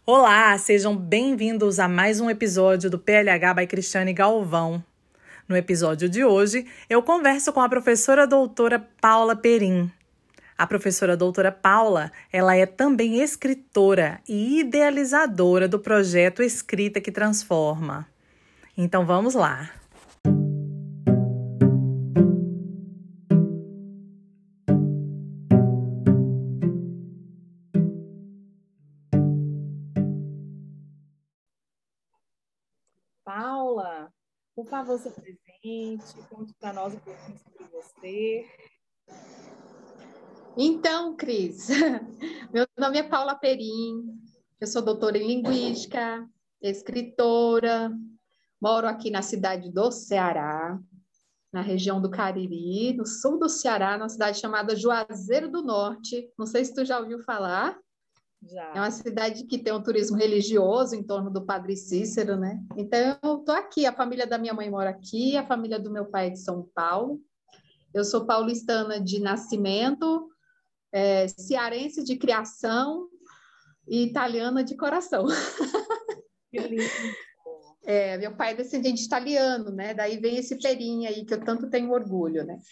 Olá, sejam bem-vindos a mais um episódio do PLH by Cristiane Galvão. No episódio de hoje, eu converso com a professora doutora Paula Perim. A professora doutora Paula, ela é também escritora e idealizadora do projeto Escrita que Transforma. Então vamos lá. Paula, por favor, se apresente, conte para nós um pouquinho sobre você. Então, Cris, meu nome é Paula Perim, eu sou doutora em Linguística, escritora, moro aqui na cidade do Ceará, na região do Cariri, no sul do Ceará, numa cidade chamada Juazeiro do Norte. Não sei se tu já ouviu falar. Já. É uma cidade que tem um turismo religioso em torno do Padre Cícero, né? Então, eu estou aqui, a família da minha mãe mora aqui, a família do meu pai é de São Paulo. Eu sou paulistana de nascimento, cearense de criação e italiana de coração. Que lindo. Meu pai é descendente italiano, né? Daí vem esse Perim aí que eu tanto tenho orgulho, né?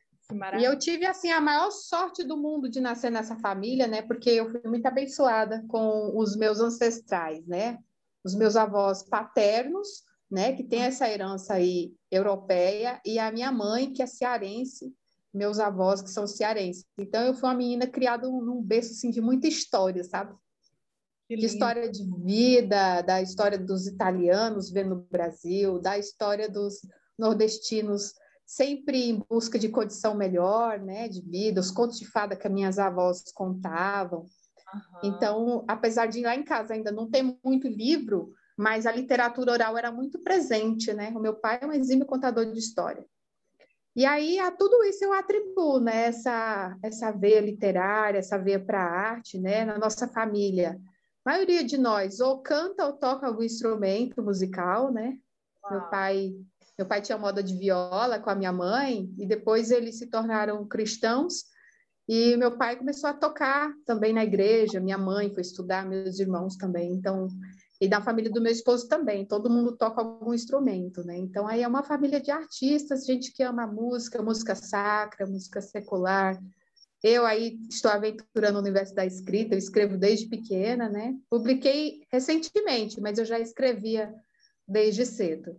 E eu tive, assim, a maior sorte do mundo de nascer nessa família, né? Porque eu fui muito abençoada com os meus ancestrais, né? Os meus avós paternos, né? Que tem essa herança aí europeia, e a minha mãe, que é cearense, meus avós que são cearenses. Então, eu fui uma menina criada num berço, assim, de muita história, sabe? De história de vida, da história dos italianos vendo o Brasil, da história dos nordestinos sempre em busca de condição melhor, né, de vida, os contos de fada que as minhas avós contavam. Então, apesar de lá em casa ainda não ter muito livro, mas a literatura oral era muito presente, né? O meu pai é um exímio contador de história. E aí, a tudo isso eu atribuo, né, essa veia literária, essa veia para a arte, né, na nossa família. A maioria de nós ou canta ou toca algum instrumento musical, né? Meu pai tinha moda de viola com a minha mãe e depois eles se tornaram cristãos e meu pai começou a tocar também na igreja, minha mãe foi estudar, meus irmãos também. Então, e da família do meu esposo também, todo mundo toca algum instrumento, né? Então aí é uma família de artistas, gente que ama música, música sacra, música secular. Eu aí estou aventurando no universo da escrita, eu escrevo desde pequena, né? Publiquei recentemente, mas eu já escrevia desde cedo.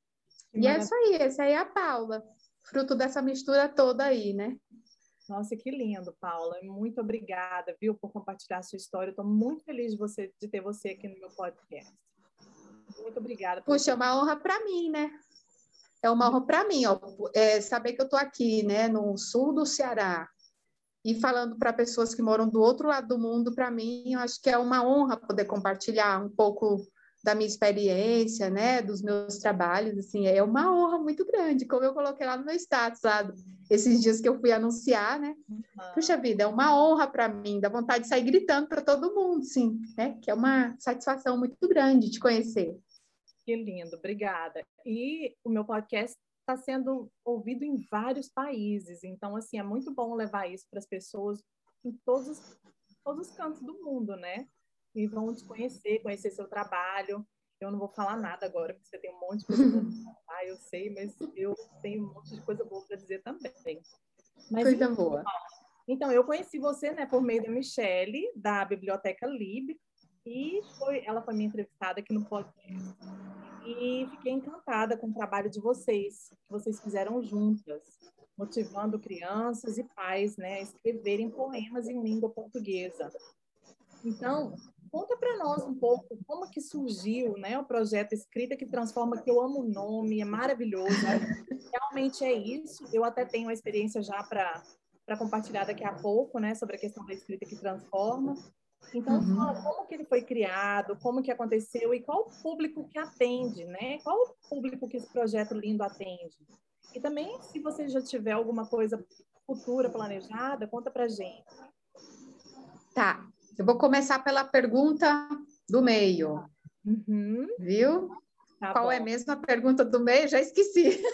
E é isso aí, essa aí é a Paula, fruto dessa mistura toda aí, né? Nossa, que lindo, Paula. Muito obrigada, viu, por compartilhar a sua história. Estou muito feliz de ter você aqui no meu podcast. Muito obrigada. Puxa, é uma honra para mim, né? É uma honra para mim, ó, saber que eu estou aqui, né, no sul do Ceará, e falando para pessoas que moram do outro lado do mundo, para mim, eu acho que é uma honra poder compartilhar um pouco da minha experiência, né, dos meus trabalhos, assim, é uma honra muito grande, como eu coloquei lá no meu status, lá, esses dias que eu fui anunciar, né, puxa vida, é uma honra para mim, dá vontade de sair gritando para todo mundo, sim, né, que é uma satisfação muito grande te conhecer. Que lindo, obrigada. E o meu podcast está sendo ouvido em vários países, então, assim, é muito bom levar isso para as pessoas em todos os cantos do mundo, né? E vão te conhecer seu trabalho. Eu não vou falar nada agora, porque você tem um monte de coisa boa para falar, eu sei, mas eu tenho um monte de coisa boa para dizer também. Mas, coisa boa. Então, eu conheci você, né, por meio da Michele, da Biblioteca Lib, e ela foi minha entrevistada aqui no podcast. E fiquei encantada com o trabalho de vocês, que vocês fizeram juntas, motivando crianças e pais, né, a escreverem poemas em língua portuguesa. Então, conta para nós um pouco como que surgiu, né, o projeto Escrita que Transforma, que eu amo o nome, é maravilhoso. Realmente é isso. Eu até tenho uma experiência já para compartilhar daqui a pouco, né, sobre a questão da escrita que transforma. Então, fala como que ele foi criado, como que aconteceu e qual o público que atende, né? Qual o público que esse projeto lindo atende? E também, se você já tiver alguma coisa futura planejada, conta pra gente. Tá, eu vou começar pela pergunta do meio, viu? Tá Qual bom. é mesmo a pergunta do meio? Já esqueci.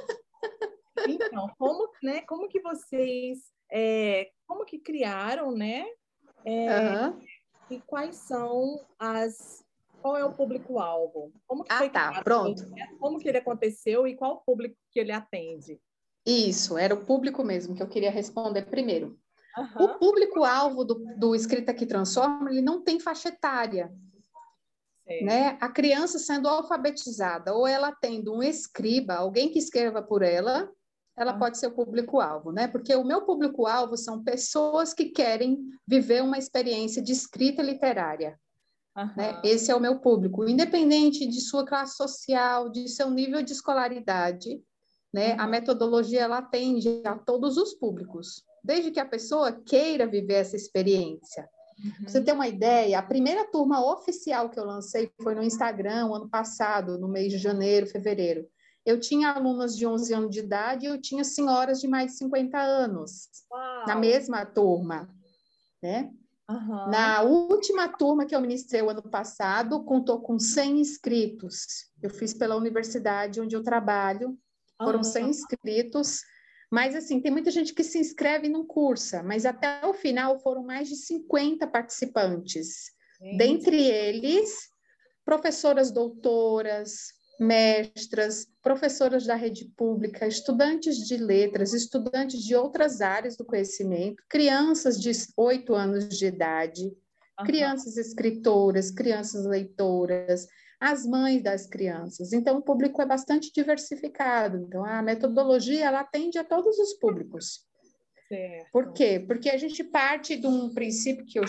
Então, como que vocês, como que criaram, né? E quais são as... Qual é o público-alvo? Como que foi criado? Pronto. Como que ele aconteceu e qual o público que ele atende? Isso, era o público mesmo que eu queria responder primeiro. Uhum. O público-alvo do Escrita que Transforma, ele não tem faixa etária. Né? A criança sendo alfabetizada, ou ela tendo um escriba, alguém que escreva por ela, ela pode ser o público-alvo, né? Porque o meu público-alvo são pessoas que querem viver uma experiência de escrita literária. Né? Esse é o meu público, independente de sua classe social, de seu nível de escolaridade, né? A metodologia ela atende a todos os públicos, desde que a pessoa queira viver essa experiência. Pra você ter uma ideia, a primeira turma oficial que eu lancei foi no Instagram, ano passado, no mês de janeiro, fevereiro. Eu tinha alunas de 11 anos de idade e eu tinha senhoras de mais de 50 anos. Uau. Na mesma turma, né? Na última turma que eu ministrei o ano passado, contou com 100 inscritos. Eu fiz pela universidade onde eu trabalho, foram 100 inscritos. Mas, assim, tem muita gente que se inscreve e não cursa, mas até o final foram mais de 50 participantes. Dentre eles, professoras doutoras, mestras, professoras da rede pública, estudantes de letras, estudantes de outras áreas do conhecimento, crianças de 8 anos de idade, crianças escritoras, crianças leitoras, as mães das crianças. Então, o público é bastante diversificado. Então, a metodologia, ela atende a todos os públicos. Certo. Por quê? Porque a gente parte de um princípio que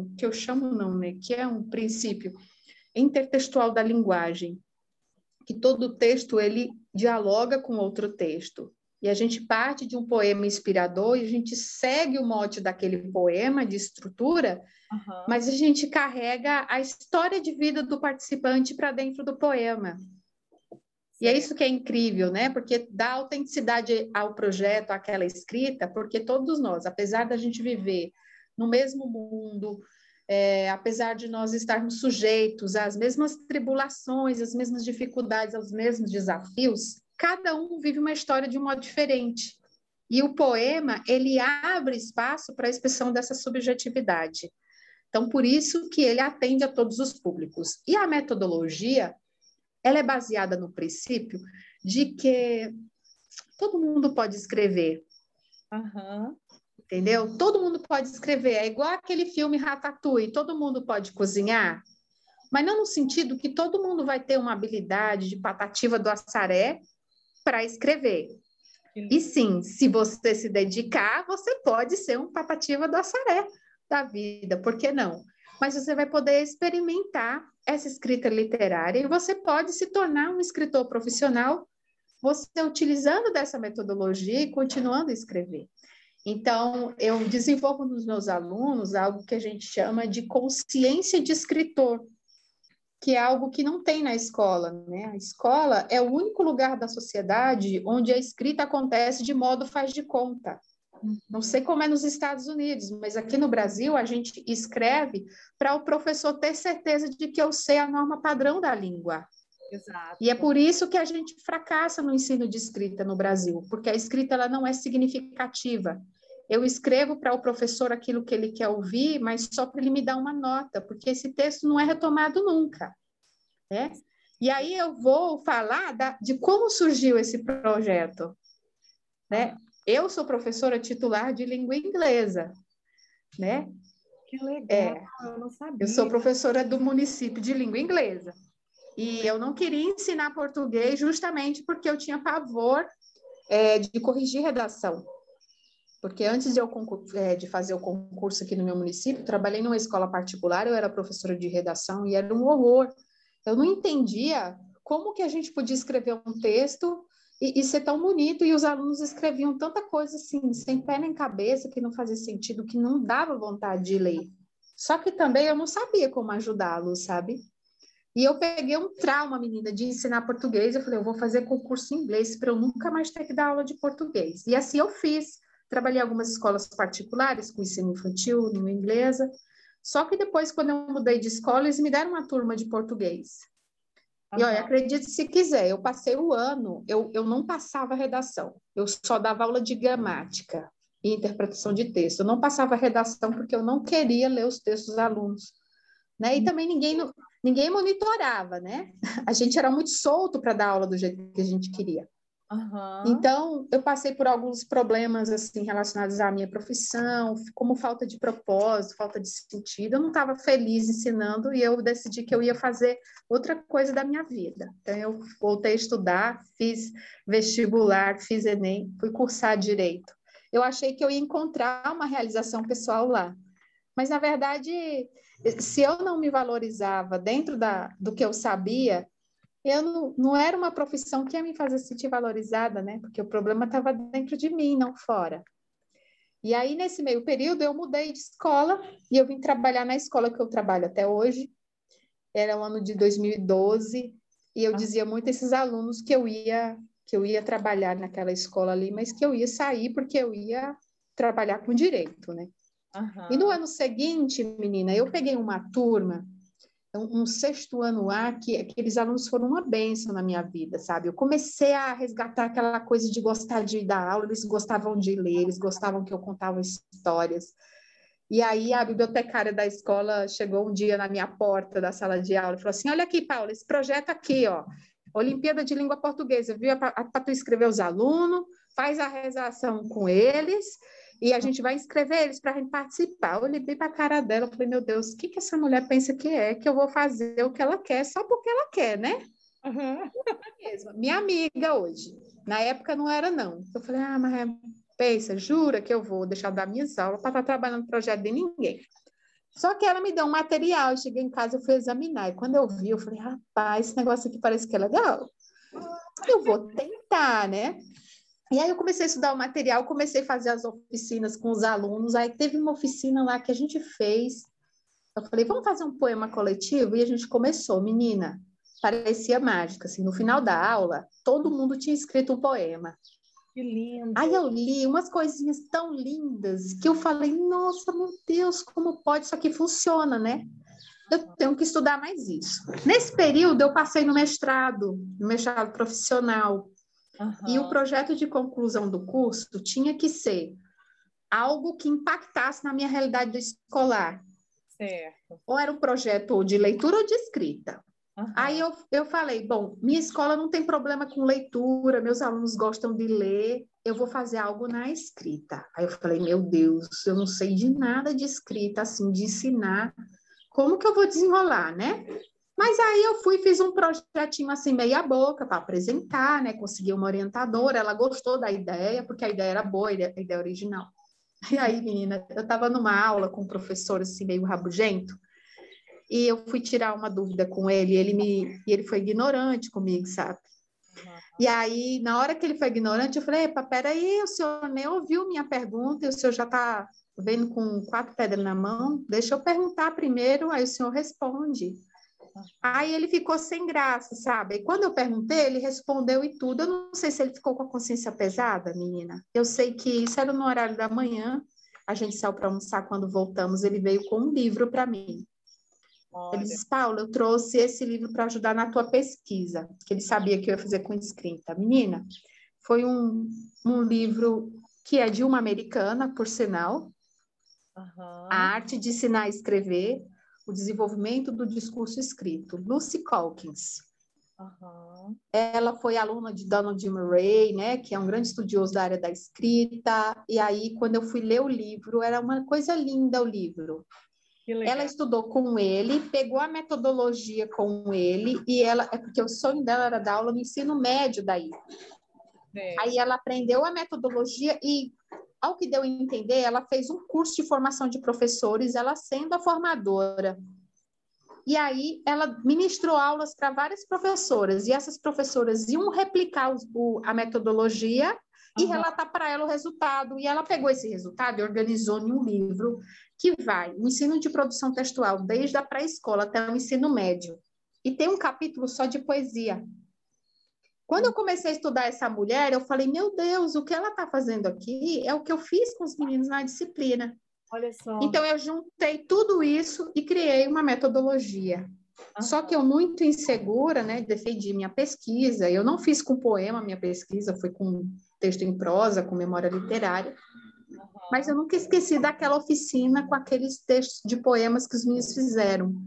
é um princípio intertextual da linguagem, que todo texto, ele dialoga com outro texto. E a gente parte de um poema inspirador e a gente segue o mote daquele poema, de estrutura, mas a gente carrega a história de vida do participante para dentro do poema. E é isso que é incrível, né? Porque dá autenticidade ao projeto, àquela escrita, porque todos nós, apesar da gente viver no mesmo mundo, apesar de nós estarmos sujeitos às mesmas tribulações, às mesmas dificuldades, aos mesmos desafios, cada um vive uma história de um modo diferente. E o poema, ele abre espaço para a expressão dessa subjetividade. Então, por isso que ele atende a todos os públicos. E a metodologia, ela é baseada no princípio de que todo mundo pode escrever. Entendeu? Todo mundo pode escrever. É igual aquele filme Ratatouille, todo mundo pode cozinhar, mas não no sentido que todo mundo vai ter uma habilidade de Patativa do Assaré para escrever. E sim, se você se dedicar, você pode ser um Patativa do Assaré da vida, por que não? Mas você vai poder experimentar essa escrita literária e você pode se tornar um escritor profissional, você utilizando dessa metodologia e continuando a escrever. Então, eu desenvolvo nos meus alunos algo que a gente chama de consciência de escritor, que é algo que não tem na escola, né? A escola é o único lugar da sociedade onde a escrita acontece de modo faz de conta. Não sei como é nos Estados Unidos, mas aqui no Brasil a gente escreve para o professor ter certeza de que eu sei a norma padrão da língua. Exato. E é por isso que a gente fracassa no ensino de escrita no Brasil, porque a escrita ela não é significativa. Eu escrevo para o professor aquilo que ele quer ouvir, mas só para ele me dar uma nota, porque esse texto não é retomado nunca. Né? E aí eu vou falar de como surgiu esse projeto. Né? Eu sou professora titular de língua inglesa, né? Que legal, eu não sabia. Eu sou professora do município de língua inglesa. E eu não queria ensinar português justamente porque eu tinha pavor de corrigir redação. Porque antes de fazer o concurso aqui no meu município, trabalhei numa escola particular, eu era professora de redação e era um horror. Eu não entendia como que a gente podia escrever um texto e ser tão bonito, e os alunos escreviam tanta coisa assim, sem pé nem cabeça, que não fazia sentido, que não dava vontade de ler. Só que também eu não sabia como ajudá-los, sabe? E eu peguei um trauma, menina, de ensinar português. Eu falei, eu vou fazer concurso em inglês para eu nunca mais ter que dar aula de português. E assim eu fiz. Trabalhei em algumas escolas particulares, com ensino infantil, língua inglesa. Só que depois, quando eu mudei de escola, eles me deram uma turma de português. E olha, acredite se quiser, eu passei o ano, eu não passava redação, eu só dava aula de gramática e interpretação de texto. Eu não passava redação porque eu não queria ler os textos dos alunos, né? E também ninguém monitorava, né? A gente era muito solto para dar aula do jeito que a gente queria. Uhum. Então, eu passei por alguns problemas assim relacionados à minha profissão, como falta de propósito, falta de sentido. Eu não estava feliz ensinando e eu decidi que eu ia fazer outra coisa da minha vida. Então, eu voltei a estudar, fiz vestibular, fiz Enem, fui cursar Direito. Eu achei que eu ia encontrar uma realização pessoal lá. Mas, na verdade, se eu não me valorizava dentro do que eu sabia, eu não era uma profissão que ia me fazer sentir valorizada, né? Porque o problema estava dentro de mim, não fora. E aí, nesse meio período, eu mudei de escola e eu vim trabalhar na escola que eu trabalho até hoje. Era o ano de 2012 e eu dizia muito a esses alunos que eu ia trabalhar naquela escola ali, mas que eu ia sair porque eu ia trabalhar com direito, né? Uhum. E no ano seguinte, menina, eu peguei uma turma, um sexto ano A, que aqueles alunos foram uma bênção na minha vida, sabe? Eu comecei a resgatar aquela coisa de gostar de dar aula, eles gostavam de ler, eles gostavam que eu contava histórias. E aí a bibliotecária da escola chegou um dia na minha porta da sala de aula e falou assim, olha aqui, Paula, esse projeto aqui, ó, Olimpíada de Língua Portuguesa, viu? Para tu escrever os alunos, faz a redação com eles e a gente vai inscrever eles para a gente participar. Eu olhei bem para a cara dela, falei, meu Deus, o que essa mulher pensa que é? Que eu vou fazer o que ela quer só porque ela quer, né? Uhum. Minha amiga hoje. Na época não era, não. Eu falei, mas pensa, jura que eu vou deixar de dar minhas aulas para estar trabalhando no projeto de ninguém? Só que ela me deu um material, eu cheguei em casa, eu fui examinar. E quando eu vi, eu falei, rapaz, esse negócio aqui parece que é legal. Eu vou tentar, né? E aí eu comecei a estudar o material, comecei a fazer as oficinas com os alunos. Aí teve uma oficina lá que a gente fez. Eu falei, vamos fazer um poema coletivo? E a gente começou, menina. Parecia mágica, assim. No final da aula, todo mundo tinha escrito um poema. Que lindo. Aí eu li umas coisinhas tão lindas que eu falei, nossa, meu Deus, como pode? Isso aqui funciona, né? Eu tenho que estudar mais isso. Nesse período, eu passei no mestrado profissional. Uhum. E o projeto de conclusão do curso tinha que ser algo que impactasse na minha realidade escolar. Certo. Ou era um projeto de leitura ou de escrita. Uhum. Aí eu falei, bom, minha escola não tem problema com leitura, meus alunos gostam de ler, eu vou fazer algo na escrita. Aí eu falei, meu Deus, eu não sei de nada de escrita, assim, de ensinar, como que eu vou desenrolar, né? Mas aí eu fui, fiz um projetinho assim, meia boca, para apresentar, né? Consegui uma orientadora, ela gostou da ideia, porque a ideia era boa, a ideia original. E aí, menina, eu estava numa aula com um professor assim, meio rabugento, e eu fui tirar uma dúvida com ele, e ele foi ignorante comigo, sabe? Uhum. E aí, na hora que ele foi ignorante, eu falei, epa, peraí, o senhor nem ouviu minha pergunta, e o senhor já está vendo com 4 pedras na mão, deixa eu perguntar primeiro, aí o senhor responde. Aí ele ficou sem graça, sabe? E quando eu perguntei, ele respondeu e tudo. Eu não sei se ele ficou com a consciência pesada, menina. Eu sei que isso era no horário da manhã. A gente saiu para almoçar, quando voltamos, ele veio com um livro para mim. Olha. Ele disse, Paula, eu trouxe esse livro para ajudar na tua pesquisa, que ele sabia que eu ia fazer com escrita. Menina, foi um livro que é de uma americana, por sinal, A Arte de Ensinar a Escrever, o Desenvolvimento do Discurso Escrito, Lucy Calkins. Ela foi aluna de Donald Murray, né, que é um grande estudioso da área da escrita, e aí, quando eu fui ler o livro, era uma coisa linda o livro. Ela estudou com ele, pegou a metodologia com ele, e porque o sonho dela era dar aula no ensino médio daí. Aí ela aprendeu a metodologia e, ao que deu a entender, ela fez um curso de formação de professores, ela sendo a formadora. E aí ela ministrou aulas para várias professoras, e essas professoras iam replicar a metodologia e relatar para ela o resultado. E ela pegou esse resultado e organizou em um livro que vai o ensino de produção textual desde a pré-escola até o ensino médio. E tem um capítulo só de poesia. Quando eu comecei a estudar essa mulher, eu falei, meu Deus, o que ela está fazendo aqui é o que eu fiz com os meninos na disciplina. Olha só. Então, eu juntei tudo isso e criei uma metodologia. Só que eu, muito insegura, né, defendi minha pesquisa. Eu não fiz com poema minha pesquisa, foi com texto em prosa, com memória literária. Mas eu nunca esqueci daquela oficina com aqueles textos de poemas que os meninos fizeram.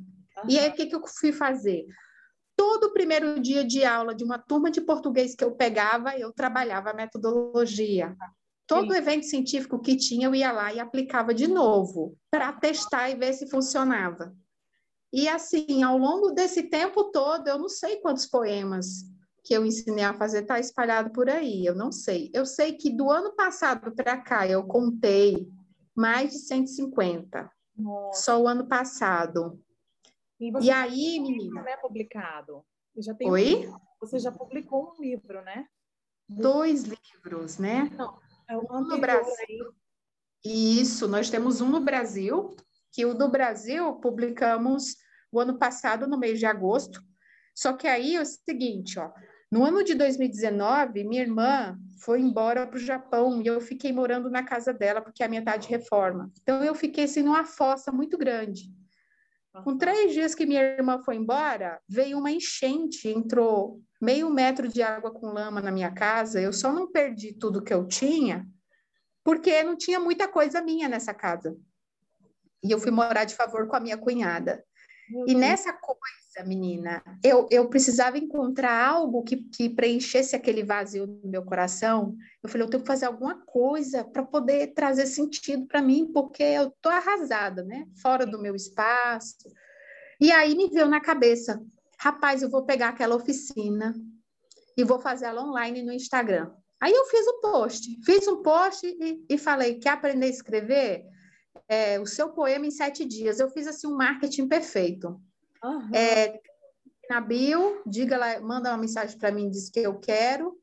E aí, o que eu fui fazer? Todo primeiro dia de aula de uma turma de português que eu pegava, eu trabalhava a metodologia. Todo evento científico que tinha, eu ia lá e aplicava de novo, para testar e ver se funcionava. E assim, ao longo desse tempo todo, eu não sei quantos poemas que eu ensinei a fazer está espalhado por aí, eu não sei. Eu sei que do ano passado para cá, eu contei mais de 150. Nossa. Só o ano passado. E aí, menina... Né, publicado. Já tem Oi? Você já publicou um livro, né? 2 livros, né? Não, é o anterior no Brasil. Aí. Isso, nós temos um no Brasil, que o do Brasil publicamos o ano passado, no mês de agosto. Só que aí é o seguinte, ó, no ano de 2019, minha irmã foi embora para o Japão e eu fiquei morando na casa dela, porque a minha tá de reforma. Então, eu fiquei assim numa fossa muito grande. Com 3 dias que minha irmã foi embora, veio uma enchente, entrou meio metro de água com lama na minha casa. Eu só não perdi tudo que eu tinha, porque não tinha muita coisa minha nessa casa. E eu fui morar de favor com a minha cunhada. E nessa coisa, menina, eu precisava encontrar algo que preenchesse aquele vazio no meu coração. Eu falei, eu tenho que fazer alguma coisa para poder trazer sentido para mim, porque eu tô arrasada, né? Fora do meu espaço. E aí me veio na cabeça, rapaz, eu vou pegar aquela oficina e vou fazer ela online no Instagram. Aí eu fiz um post e falei, quer aprender a escrever? O seu poema em 7 dias. Eu fiz assim um marketing perfeito. Uhum. Na bio, diga lá, manda uma mensagem para mim, diz que eu quero.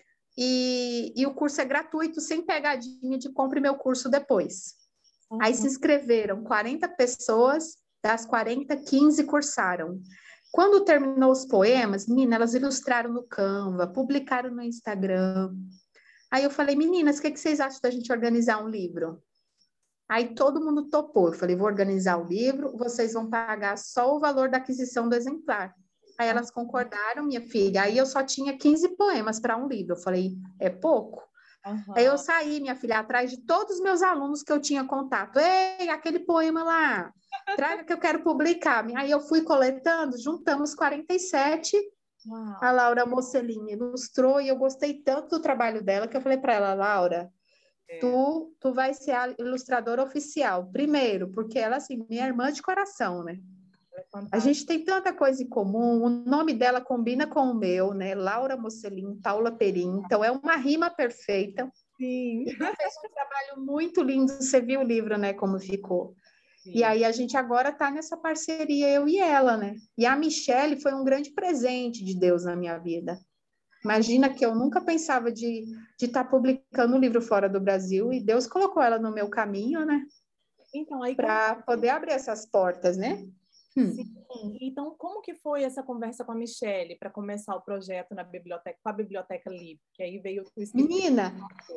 E o curso é gratuito, sem pegadinha de compre meu curso depois. Uhum. Aí se inscreveram 40 pessoas, das 40, 15 cursaram. Quando terminou os poemas, menina, elas ilustraram no Canva, publicaram no Instagram. Aí eu falei, meninas, o que vocês acham da gente organizar um livro? Aí todo mundo topou. Eu falei, vou organizar o livro, vocês vão pagar só o valor da aquisição do exemplar. Aí elas concordaram, minha filha. Aí eu só tinha 15 poemas para um livro. Eu falei, é pouco? Uhum. Aí eu saí, minha filha, atrás de todos os meus alunos que eu tinha contato. Ei, aquele poema lá, traga que eu quero publicar. Aí eu fui coletando, juntamos 47. Uau. A Laura Mocelin ilustrou e eu gostei tanto do trabalho dela que eu falei para ela, Laura, tu vai ser a ilustradora oficial. Primeiro, porque ela, assim, minha irmã de coração, né? A gente tem tanta coisa em comum, o nome dela combina com o meu, né? Laura Mocelin, Paula Perim, então é uma rima perfeita. Sim. E ela fez um trabalho muito lindo, você viu o livro, né, como ficou. Sim. E aí a gente agora está nessa parceria, eu e ela, né? E a Michelle foi um grande presente de Deus na minha vida. Imagina que eu nunca pensava de estar publicando um livro fora do Brasil e Deus colocou ela no meu caminho, né? Então, aí para poder abrir essas portas, né? Sim. Então, como que foi essa conversa com a Michelle para começar o projeto na biblioteca, com a Biblioteca Livre? Que aí veio o Menina,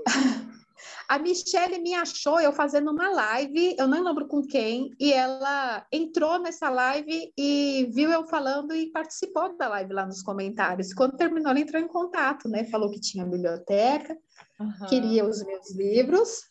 a Michelle me achou eu fazendo uma live, eu não lembro com quem, e ela entrou nessa live e viu eu falando e participou da live lá nos comentários. Quando terminou, ela entrou em contato, né? Falou que tinha biblioteca, queria os meus livros.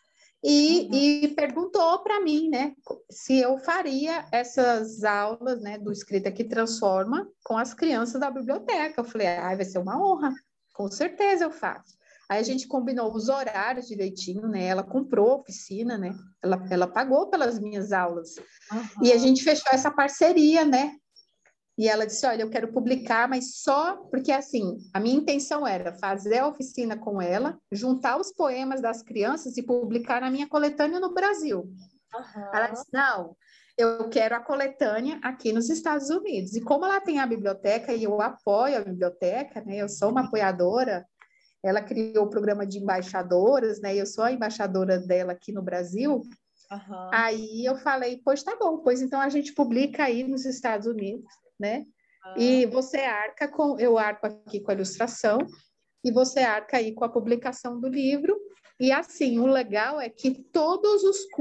E perguntou para mim, né, se eu faria essas aulas, né, do Escrita que Transforma com as crianças da biblioteca. Eu falei, vai ser uma honra, com certeza eu faço. Aí a gente combinou os horários direitinho, né, ela comprou a oficina, né, ela pagou pelas minhas aulas. E a gente fechou essa parceria, né, e ela disse, olha, eu quero publicar, mas só porque, assim, a minha intenção era fazer a oficina com ela, juntar os poemas das crianças e publicar na minha coletânea no Brasil. Ela disse, não, eu quero a coletânea aqui nos Estados Unidos. E como ela tem a biblioteca e eu apoio a biblioteca, né, eu sou uma apoiadora, ela criou o programa de embaixadoras, né, eu sou a embaixadora dela aqui no Brasil. Aí eu falei, pois tá bom, pois então a gente publica aí nos Estados Unidos, né? E você arca eu arco aqui com a ilustração e você arca aí com a publicação do livro. E assim, o legal é que todo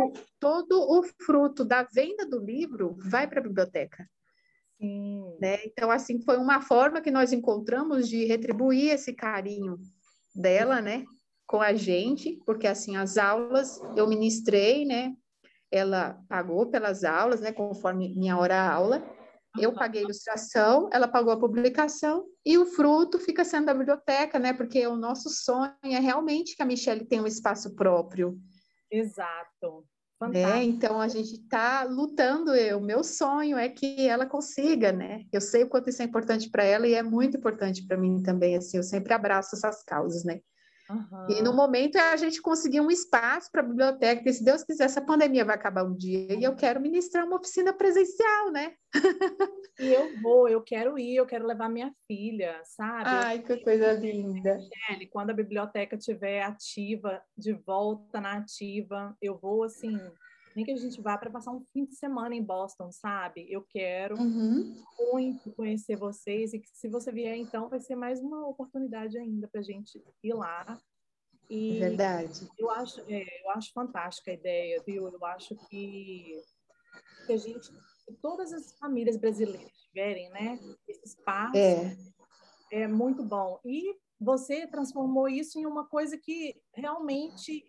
o fruto da venda do livro vai para a biblioteca. Sim. Né? Então, assim, foi uma forma que nós encontramos de retribuir esse carinho dela, né? Com a gente, porque assim, as aulas eu ministrei, né? Ela pagou pelas aulas, né? Conforme minha hora-aula. Eu paguei a ilustração, ela pagou a publicação e o fruto fica sendo da biblioteca, né? Porque o nosso sonho é realmente que a Michelle tenha um espaço próprio. Exato. Né? Então, a gente está lutando, o meu sonho é que ela consiga, né? Eu sei o quanto isso é importante para ela e é muito importante para mim também, assim, eu sempre abraço essas causas, né? E no momento é a gente conseguir um espaço para a biblioteca, porque se Deus quiser, essa pandemia vai acabar um dia e eu quero ministrar uma oficina presencial, né? E eu quero ir, eu quero levar minha filha, sabe? Ai, que coisa linda. Michele, quando a biblioteca estiver ativa, de volta na ativa, eu vou, assim, nem que a gente vá para passar um fim de semana em Boston, sabe? Eu quero muito conhecer vocês e que se você vier, então, vai ser mais uma oportunidade ainda para a gente ir lá. E verdade. Eu acho fantástica a ideia, viu? Eu acho que todas as famílias brasileiras tiverem, né, esse espaço, é muito bom. E você transformou isso em uma coisa que realmente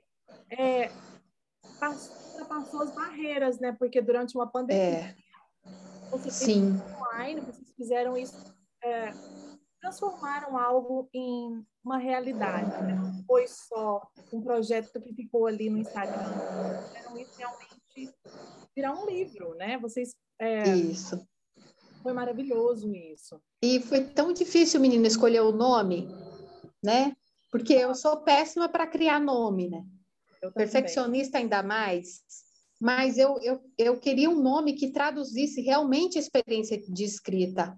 ultrapassou as barreiras, né? Porque durante uma pandemia, você teve online, vocês fizeram isso, transformaram algo em uma realidade, né? Não foi só um projeto que ficou ali no Instagram, fizeram isso realmente virar um livro, né? Vocês Isso. Foi maravilhoso isso. E foi tão difícil, menina, escolher o nome, né? Porque eu sou péssima para criar nome, né? Perfeccionista ainda mais. Mas eu queria um nome que traduzisse realmente a experiência de escrita.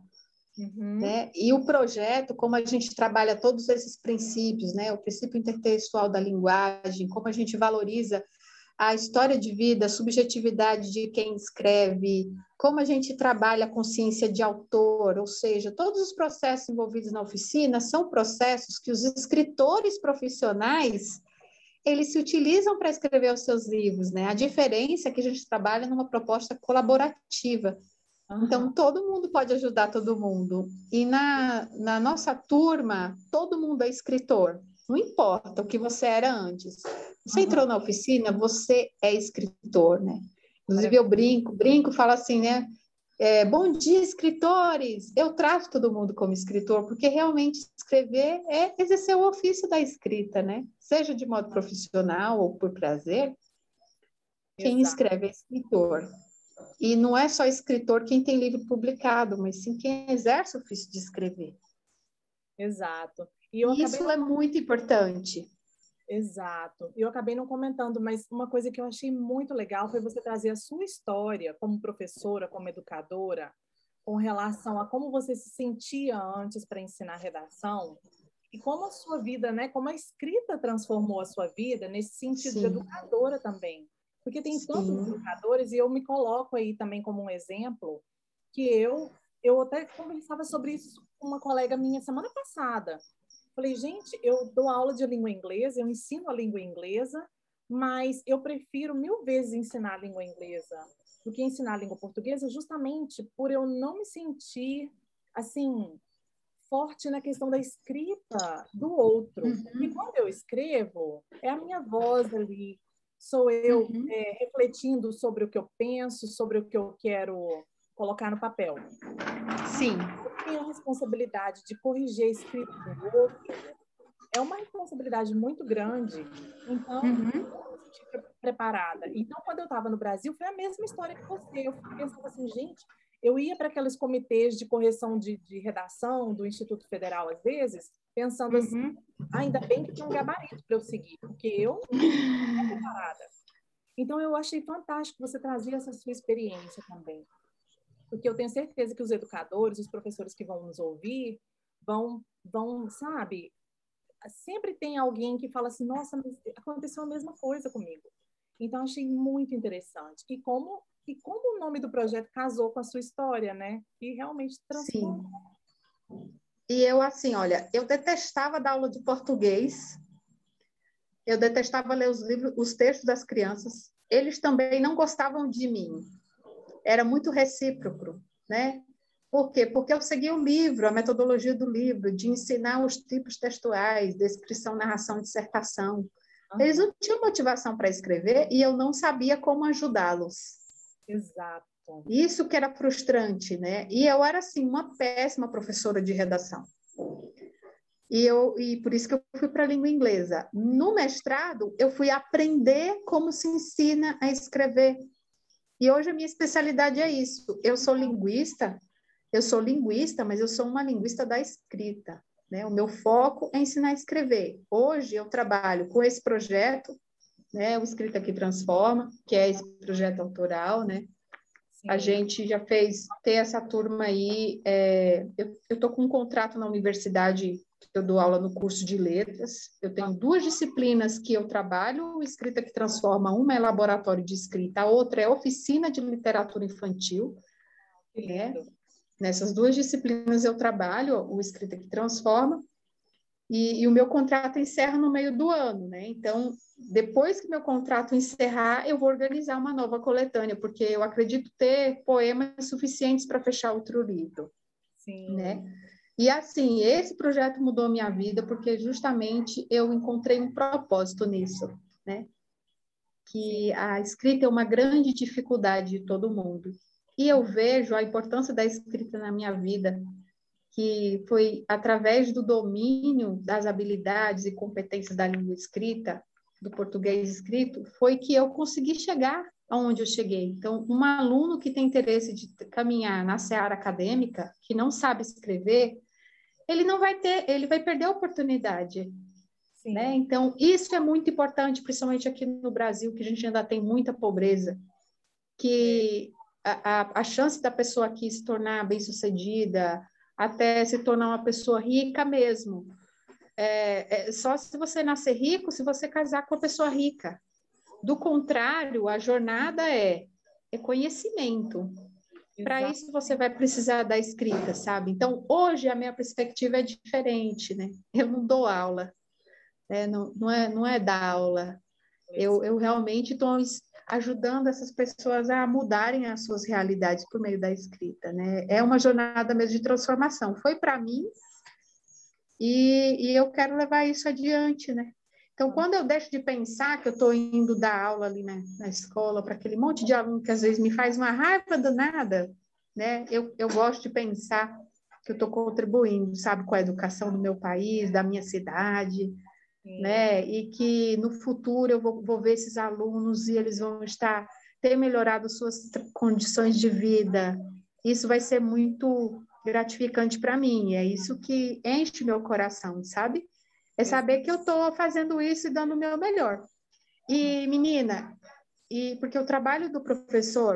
Né? E o projeto, como a gente trabalha todos esses princípios, né? O princípio intertextual da linguagem, como a gente valoriza a história de vida, a subjetividade de quem escreve, como a gente trabalha a consciência de autor, ou seja, todos os processos envolvidos na oficina são processos que os escritores profissionais eles se utilizam para escrever os seus livros, né? A diferença é que a gente trabalha numa proposta colaborativa. Então, todo mundo pode ajudar todo mundo. E na nossa turma, todo mundo é escritor. Não importa o que você era antes. Você entrou na oficina, você é escritor, né? Inclusive, eu brinco, falo assim, né? Bom dia, escritores! Eu trato todo mundo como escritor, porque realmente escrever é exercer o ofício da escrita, né? Seja de modo profissional ou por prazer, quem escreve é escritor. E não é só escritor quem tem livro publicado, mas sim quem exerce o ofício de escrever. Exato. E isso é muito importante. Exato. Eu acabei não comentando, mas uma coisa que eu achei muito legal foi você trazer a sua história como professora, como educadora, com relação a como você se sentia antes para ensinar redação e como a sua vida, né, como a escrita transformou a sua vida nesse sentido de educadora também. Porque tem tantos educadores, e eu me coloco aí também como um exemplo, que eu até conversava sobre isso com uma colega minha semana passada. Falei, gente, eu dou aula de língua inglesa, eu ensino a língua inglesa, mas eu prefiro 1000 vezes ensinar a língua inglesa do que ensinar a língua portuguesa, justamente por eu não me sentir, assim, forte na questão da escrita do outro. E quando eu escrevo, é a minha voz ali, sou eu refletindo sobre o que eu penso, sobre o que eu quero colocar no papel. Sim. Eu tenho a responsabilidade de corrigir a escrita do outro. É uma responsabilidade muito grande. Então, eu me senti preparada. Então, quando eu estava no Brasil, foi a mesma história que você. Eu pensava assim, gente, eu ia para aqueles comitês de correção de redação do Instituto Federal, às vezes, pensando assim, ainda bem que tem um gabarito para eu seguir, porque eu não estou preparada. Então, eu achei fantástico você trazer essa sua experiência também. Porque eu tenho certeza que os educadores, os professores que vão nos ouvir, vão sabe, sempre tem alguém que fala assim, nossa, mas aconteceu a mesma coisa comigo. Então, achei muito interessante. E como o nome do projeto casou com a sua história, né? E realmente transformou. Sim. E eu, assim, olha, eu detestava dar aula de português, eu detestava ler os livros, os textos das crianças. Eles também não gostavam de mim. Era muito recíproco, né? Por quê? Porque eu segui o livro, a metodologia do livro, de ensinar os tipos textuais, descrição, narração, dissertação. Eles não tinham motivação para escrever e eu não sabia como ajudá-los. Exato. Isso que era frustrante, né? E eu era, assim, uma péssima professora de redação. E por isso que eu fui para a língua inglesa. No mestrado, eu fui aprender como se ensina a escrever. E hoje a minha especialidade é isso. Eu sou linguista, mas eu sou uma linguista da escrita, né? O meu foco é ensinar a escrever. Hoje eu trabalho com esse projeto, né? O Escrita que Transforma, que é esse projeto autoral, né? Sim. A gente já tem essa turma aí. Eu estou com um contrato na universidade, eu dou aula no curso de letras. Eu tenho 2 disciplinas que eu trabalho, Escrita que Transforma. Uma é laboratório de escrita, a outra é oficina de literatura infantil. Né? Nessas 2 disciplinas eu trabalho o Escrita que Transforma. E o meu contrato encerra no meio do ano, né? Então, depois que meu contrato encerrar, eu vou organizar uma nova coletânea, porque eu acredito ter poemas suficientes para fechar outro livro. Sim. Né? E assim, esse projeto mudou minha vida, porque justamente eu encontrei um propósito nisso, né? Que a escrita é uma grande dificuldade de todo mundo. E eu vejo a importância da escrita na minha vida, que foi através do domínio das habilidades e competências da língua escrita, do português escrito, foi que eu consegui chegar aonde eu cheguei. Então, um aluno que tem interesse de caminhar na seara acadêmica, que não sabe escrever, ele vai perder a oportunidade. Né? Então, isso é muito importante, principalmente aqui no Brasil, que a gente ainda tem muita pobreza, que a chance da pessoa aqui se tornar bem-sucedida, até se tornar uma pessoa rica mesmo. Só se você nascer rico, se você casar com uma pessoa rica. Do contrário, a jornada é conhecimento. Para isso, você vai precisar da escrita, sabe? Então, hoje, a minha perspectiva é diferente, né? Eu não dou aula, não é dar aula. Eu realmente estou ajudando essas pessoas a mudarem as suas realidades por meio da escrita, né? É uma jornada mesmo de transformação. Foi para mim e eu quero levar isso adiante, né? Então, quando eu deixo de pensar que eu estou indo dar aula ali na escola para aquele monte de aluno que às vezes me faz uma raiva danada, né? Eu gosto de pensar que eu estou contribuindo, sabe, com a educação do meu país, da minha cidade, né? E que no futuro eu vou ver esses alunos e eles vão ter melhorado suas condições de vida. Isso vai ser muito gratificante para mim. É isso que enche meu coração, sabe? É saber que eu estou fazendo isso e dando o meu melhor. E, menina, porque o trabalho do professor,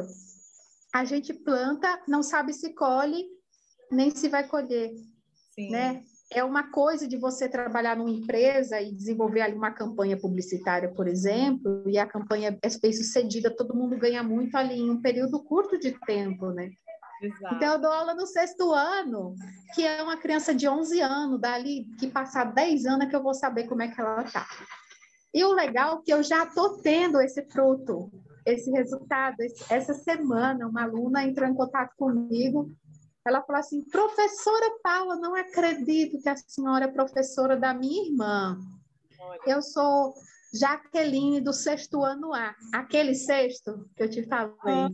a gente planta, não sabe se colhe, nem se vai colher, né? É uma coisa de você trabalhar numa empresa e desenvolver ali uma campanha publicitária, por exemplo, e a campanha é bem-sucedida, todo mundo ganha muito ali em um período curto de tempo, né? Exato. Então, eu dou aula no 6º ano, que é uma criança de 11 anos, dali que passar 10 anos é que eu vou saber como é que ela está. E o legal é que eu já estou tendo esse fruto, esse resultado. Essa semana, uma aluna entrou em contato comigo. Ela falou assim: professora Paula, não acredito que a senhora é professora da minha irmã. Olha. Eu sou Jaqueline, do 6º ano A. Aquele 6º que eu te falei.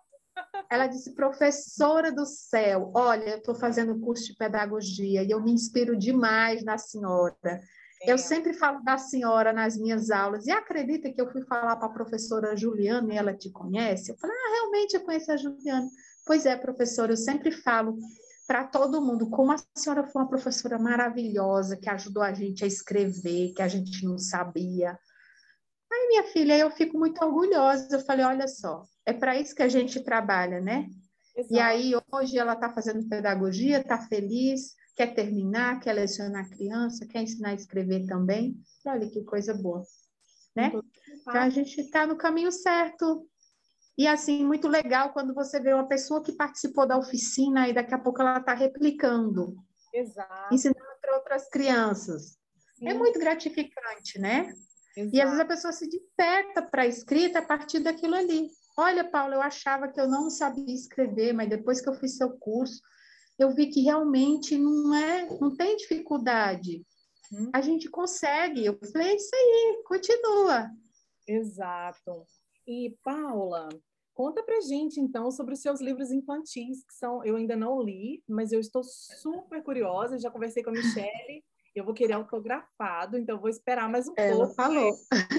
Ela disse: professora do céu, olha, eu estou fazendo curso de pedagogia e eu me inspiro demais na senhora. Eu sempre falo da senhora nas minhas aulas. E acredita que eu fui falar para a professora Juliana e ela te conhece? Eu falei: realmente eu conheço a Juliana. Pois é, professora, eu sempre falo para todo mundo como a senhora foi uma professora maravilhosa, que ajudou a gente a escrever, que a gente não sabia. Aí, minha filha, eu fico muito orgulhosa. Eu falei: olha só, é para isso que a gente trabalha, né? Exato. E aí, hoje, ela está fazendo pedagogia, está feliz, quer terminar, quer lecionar criança, quer ensinar a escrever também. Olha que coisa boa, né? Então, a gente está no caminho certo. E, assim, muito legal quando você vê uma pessoa que participou da oficina e daqui a pouco ela está replicando. Exato. Ensinando para outras crianças. Sim. É muito gratificante, né? Exato. E, às vezes, a pessoa se desperta para a escrita a partir daquilo ali. Olha, Paula, eu achava que eu não sabia escrever, mas depois que eu fiz seu curso, eu vi que realmente não tem dificuldade. A gente consegue. Eu falei: isso aí, continua. Exato. E, Paula, Conta pra gente, então, sobre os seus livros infantis, que são, eu ainda não li, mas eu estou super curiosa, já conversei com a Michele, eu vou querer autografado, então eu vou esperar mais um Ela pouco falou.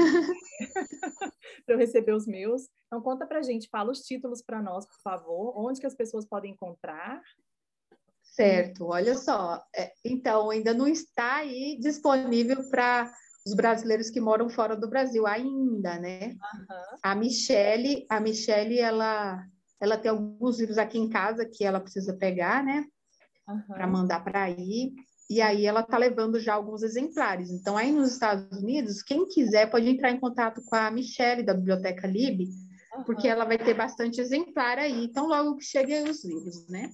para eu receber os meus. Então, conta pra gente, fala os títulos para nós, por favor, onde que as pessoas podem encontrar. Certo, olha só. Então, ainda não está aí disponível para os brasileiros que moram fora do Brasil ainda, né? Uhum. A Michele, ela tem alguns livros aqui em casa que ela precisa pegar, né? Para mandar para aí. E aí ela está levando já alguns exemplares. Então, aí nos Estados Unidos, quem quiser pode entrar em contato com a Michele, da Biblioteca Lib, porque ela vai ter bastante exemplar aí. Então, logo que cheguem os livros, né?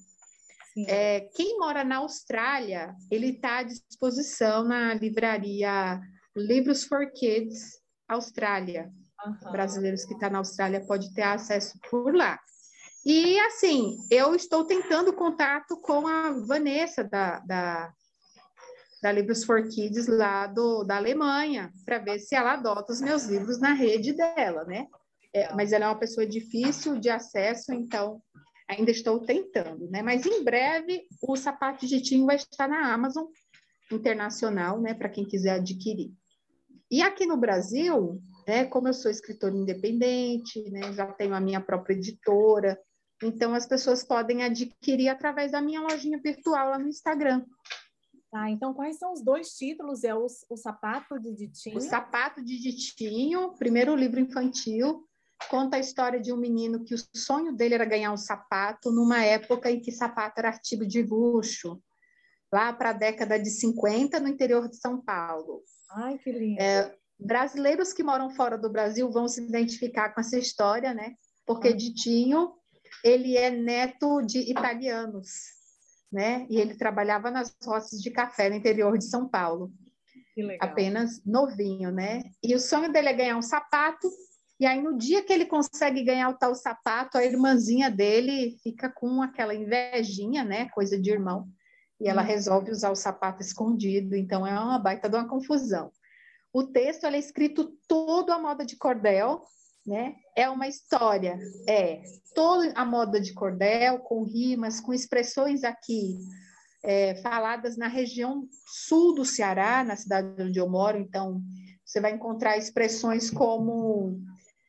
Quem mora na Austrália, ele está à disposição na livraria Livros for Kids Austrália. Brasileiros que estão na Austrália podem ter acesso por lá. E, assim, eu estou tentando contato com a Vanessa, da Livros for Kids, lá da Alemanha, para ver se ela adota os meus livros na rede dela, né? Mas ela é uma pessoa difícil de acesso, então ainda estou tentando, né? Mas em breve o Sapato de Tinho vai estar na Amazon Internacional, né? Para quem quiser adquirir. E aqui no Brasil, né? Como eu sou escritora independente, né? Já tenho a minha própria editora, então as pessoas podem adquirir através da minha lojinha virtual lá no Instagram. Tá, então quais são os 2 títulos? É o Sapato de Ditinho? O Sapato de Ditinho, primeiro livro infantil, conta a história de um menino que o sonho dele era ganhar um sapato numa época em que sapato era artigo de luxo, lá para a década de 50, no interior de São Paulo. Ai, que lindo! Brasileiros que moram fora do Brasil vão se identificar com essa história, né? Porque Ditinho, ele é neto de italianos, né? E ele trabalhava nas roças de café no interior de São Paulo. Que legal. Apenas novinho, né? E o sonho dele é ganhar um sapato, e aí no dia que ele consegue ganhar o tal sapato, a irmãzinha dele fica com aquela invejinha, né? Coisa de irmão, e ela resolve usar o sapato escondido, então é uma baita de uma confusão. O texto é escrito todo à moda de cordel, né? É uma história, toda a moda de cordel, com rimas, com expressões aqui faladas na região sul do Ceará, na cidade onde eu moro. Então, você vai encontrar expressões como...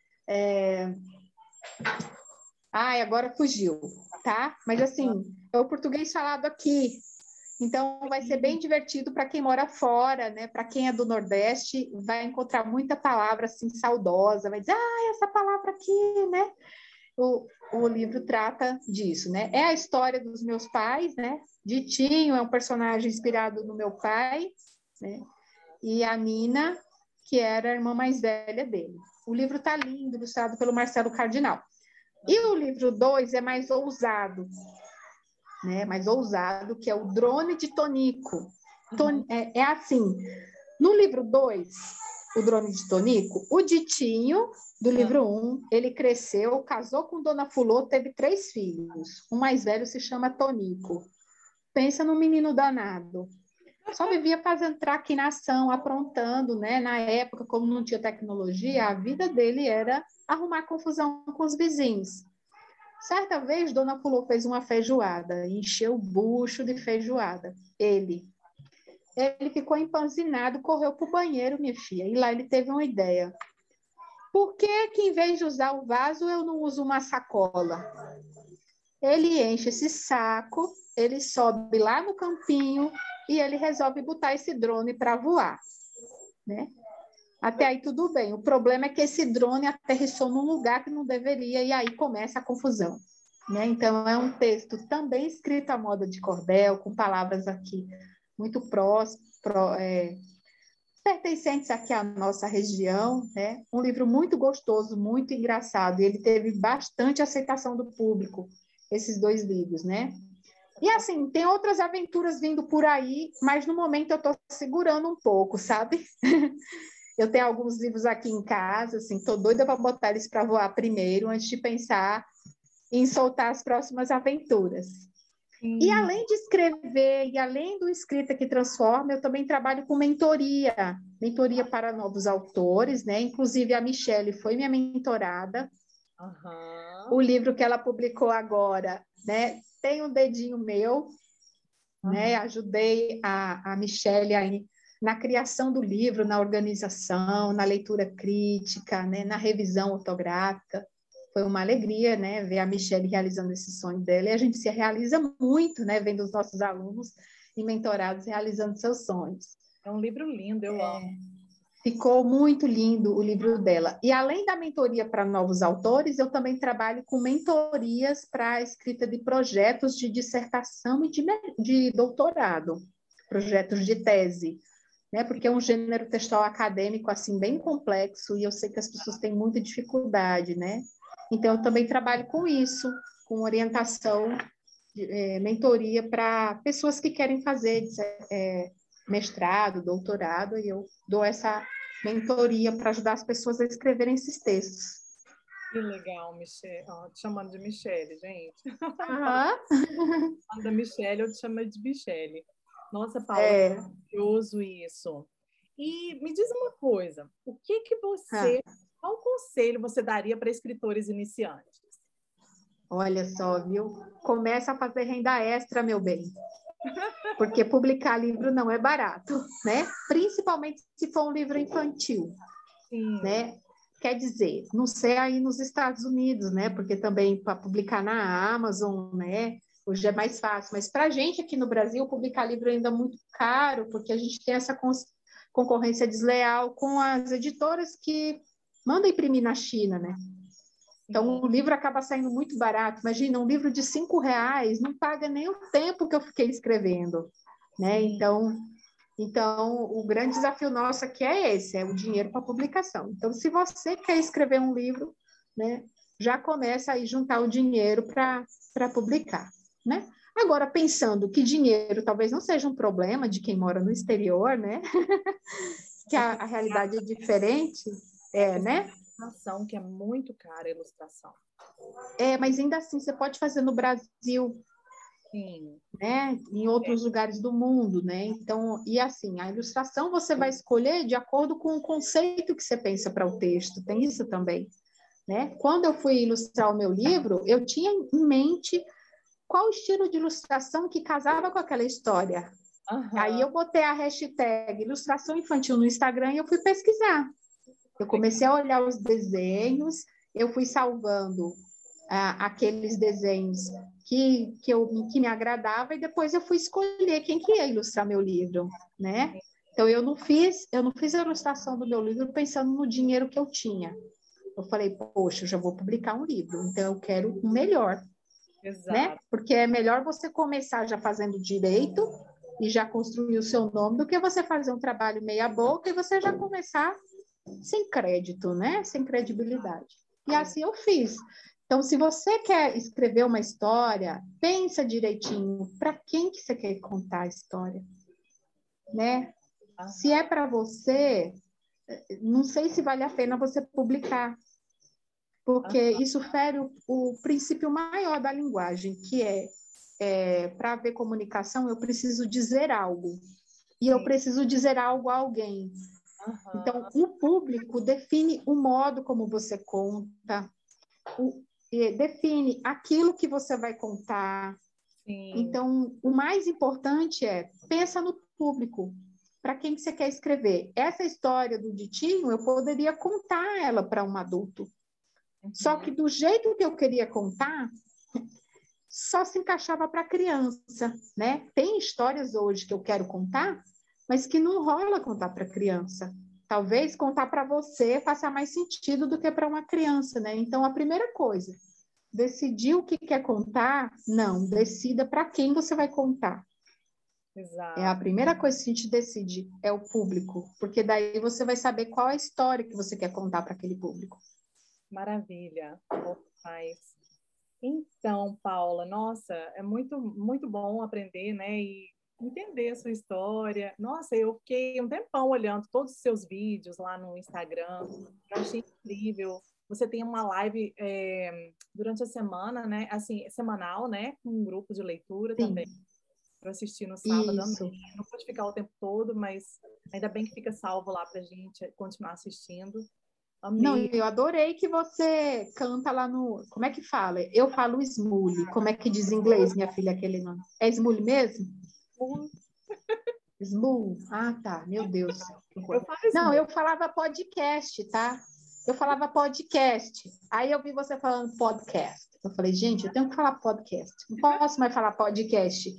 agora fugiu, tá? Mas, assim, é o português falado aqui. Então, vai ser bem divertido para quem mora fora, né? Para quem é do Nordeste, vai encontrar muita palavra, assim, saudosa. Vai dizer, essa palavra aqui, né? O livro trata disso, né? É a história dos meus pais, né? Ditinho é um personagem inspirado no meu pai, né? E a Nina, que era a irmã mais velha dele. O livro está lindo, ilustrado pelo Marcelo Cardinal. E o livro 2 é mais ousado, né? Mais ousado, que é o Drone de Tonico. É assim, no livro 2, o Drone de Tonico, o Ditinho, do livro 1, ele cresceu, casou com Dona Fulô, teve 3 filhos. O mais velho se chama Tonico. Pensa num menino danado. Só vivia fazendo traquinação, aprontando, né? Na época, como não tinha tecnologia, a vida dele era arrumar confusão com os vizinhos. Certa vez, Dona Fulô fez uma feijoada, encheu o bucho de feijoada. Ele ficou empanzinado, correu para o banheiro, minha filha, e lá ele teve uma ideia. Por que em vez de usar o vaso, eu não uso uma sacola? Ele enche esse saco, ele sobe lá no campinho e ele resolve botar esse drone para voar, né? Até aí tudo bem. O problema é que esse drone aterrissou num lugar que não deveria e aí começa a confusão, né? Então, é um texto também escrito à moda de cordel, com palavras aqui muito pertencentes aqui à nossa região, né? Um livro muito gostoso, muito engraçado, e ele teve bastante aceitação do público, esses 2 livros, né? E assim, tem outras aventuras vindo por aí, mas no momento eu estou segurando um pouco, sabe? Eu tenho alguns livros aqui em casa, assim, estou doida para botar eles para voar primeiro, antes de pensar em soltar as próximas aventuras. E além de escrever, e além do Escrita que Transforma, eu também trabalho com mentoria para novos autores, né? Inclusive a Michele foi minha mentorada, Uhum. O livro que ela publicou agora, né, tem um dedinho meu, né? Ajudei a Michelle aí na criação do livro, na organização, na leitura crítica, né, na revisão ortográfica. Foi uma alegria, né, ver a Michelle realizando esse sonho dela. E a gente se realiza muito, né, vendo os nossos alunos e mentorados realizando seus sonhos. É um livro lindo, eu amo. Ficou muito lindo o livro dela. E além da mentoria para novos autores, eu também trabalho com mentorias para a escrita de projetos de dissertação e de doutorado, projetos de tese, né? Porque é um gênero textual acadêmico assim bem complexo e eu sei que as pessoas têm muita dificuldade, né? Então eu também trabalho com isso, com orientação, mentoria para pessoas que querem fazer mestrado, doutorado, e eu dou essa mentoria para ajudar as pessoas a escreverem esses textos. Que legal, Michelle. Oh, te chamando de Michelle, gente. Uhum. Da Michelle, eu te chamo de Michelle. Nossa, Paula, é maravilhoso isso. E me diz uma coisa, o que que você, qual conselho você daria para escritores iniciantes? Olha só, viu? Começa a fazer renda extra, meu bem. Porque publicar livro não é barato, né? Principalmente se for um livro infantil, né? Quer dizer, não sei aí nos Estados Unidos, né? Porque também para publicar na Amazon, né? Hoje é mais fácil. Mas para a gente aqui no Brasil, publicar livro ainda é muito caro, porque a gente tem essa concorrência desleal com as editoras que mandam imprimir na China, né? Então, o livro acaba saindo muito barato. Imagina, um livro de R$ 5 não paga nem o tempo que eu fiquei escrevendo, né? Então, o grande desafio nosso aqui é esse, é o dinheiro para publicação. Então, se você quer escrever um livro, né, já começa a juntar o dinheiro para publicar, né? Agora, pensando que dinheiro talvez não seja um problema de quem mora no exterior, né? Que a realidade é diferente, né? Que é muito cara a ilustração. Mas ainda assim, você pode fazer no Brasil, sim, né? Em outros lugares do mundo, né? Então, e assim, a ilustração você vai escolher de acordo com o conceito que você pensa para o texto, tem isso também, né? Quando eu fui ilustrar o meu livro, eu tinha em mente qual o estilo de ilustração que casava com aquela história. Aí eu botei a hashtag ilustração infantil no Instagram e eu fui pesquisar. Eu comecei a olhar os desenhos, eu fui salvando aqueles desenhos que me agradava e depois eu fui escolher quem que ia ilustrar meu livro, né? Então eu não fiz a ilustração do meu livro pensando no dinheiro que eu tinha. Eu falei, poxa, eu já vou publicar um livro, então eu quero o melhor, né? Porque é melhor você começar já fazendo direito e já construir o seu nome do que você fazer um trabalho meia boca e você já começar sem crédito, né? Sem credibilidade. E assim eu fiz. Então, se você quer escrever uma história, pensa direitinho para quem que você quer contar a história, né? Se é para você, não sei se vale a pena você publicar, porque isso fere o princípio maior da linguagem, que para haver comunicação, eu preciso dizer algo. E eu preciso dizer algo a alguém. Então, o público define o modo como você conta, define aquilo que você vai contar. Sim. Então, o mais importante pensa no público. Para quem que você quer escrever? Essa história do Ditinho, eu poderia contar ela para um adulto. Só que do jeito que eu queria contar, só se encaixava para criança, né? Tem histórias hoje que eu quero contar, mas que não rola contar para criança. Talvez contar para você faça mais sentido do que para uma criança, né? Então, a primeira coisa, decidir o que quer contar? Não, decida para quem você vai contar. Exato. É a primeira coisa que a gente decide, é o público, porque daí você vai saber qual a história que você quer contar para aquele público. Maravilha, faz. Então, Paula, nossa, é muito, muito bom aprender, né? E entender a sua história. Nossa, eu fiquei um tempão olhando todos os seus vídeos lá no Instagram. Eu achei incrível. Você tem uma live durante a semana, né? Assim, semanal, né? Com um grupo de leitura Sim. também. Para assistir no sábado. Não pode ficar o tempo todo, mas ainda bem que fica salvo lá para a gente continuar assistindo. Amei. Não, eu adorei que você canta lá no... Como é que fala? Eu falo Smule. Como é que diz em inglês, minha filha, aquele nome? É Smule mesmo? Smule. Ah, tá. Meu Deus. Não, eu falava podcast, tá? Eu falava podcast. Aí eu vi você falando podcast. Eu falei, gente, eu tenho que falar podcast. Não posso mais falar podcast.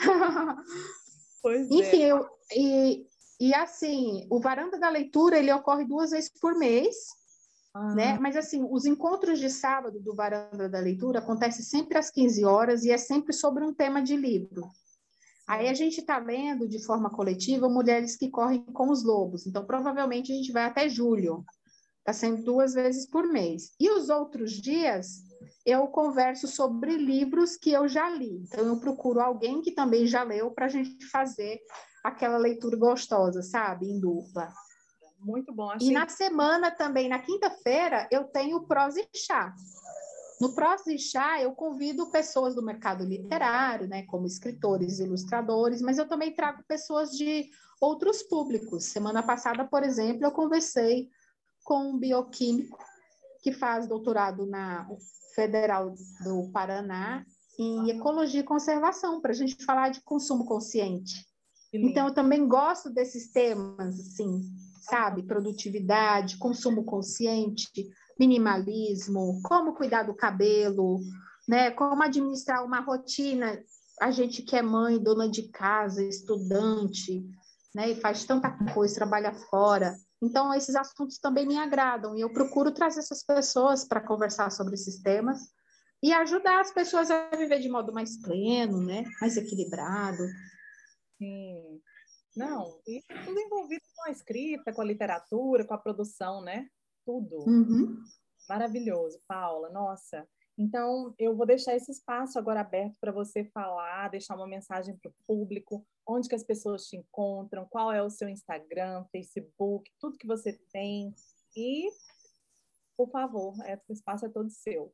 Pois Enfim, é. E assim, o Varanda da Leitura, ele ocorre 2 vezes por mês, né? Mas assim, os encontros de sábado do Varanda da Leitura acontecem sempre às 15 horas e é sempre sobre um tema de livro. Aí a gente está lendo de forma coletiva Mulheres que Correm com os Lobos. Então, provavelmente, a gente vai até julho. Está sendo 2 vezes por mês. E os outros dias, eu converso sobre livros que eu já li. Então, eu procuro alguém que também já leu para a gente fazer aquela leitura gostosa, sabe? Em dupla. Muito bom. E na semana também, na quinta-feira, eu tenho Prosa e Chá. No Prosa e Chá, eu convido pessoas do mercado literário, né, como escritores, ilustradores, mas eu também trago pessoas de outros públicos. Semana passada, por exemplo, eu conversei com um bioquímico que faz doutorado na Federal do Paraná em Ecologia e Conservação, para a gente falar de consumo consciente. Então, eu também gosto desses temas, assim, sabe? Produtividade, consumo consciente, minimalismo, como cuidar do cabelo, né? Como administrar uma rotina. A gente que é mãe, dona de casa, estudante, né? E faz tanta coisa, trabalha fora. Então, esses assuntos também me agradam e eu procuro trazer essas pessoas para conversar sobre esses temas e ajudar as pessoas a viver de modo mais pleno, né? Mais equilibrado. Sim. Não, e tudo envolvido com a escrita, com a literatura, com a produção, né? Tudo. Uhum. Maravilhoso, Paula. Nossa. Então, eu vou deixar esse espaço agora aberto para você falar, deixar uma mensagem para o público, onde que as pessoas te encontram, qual é o seu Instagram, Facebook, tudo que você tem. E, por favor, o espaço é todo seu.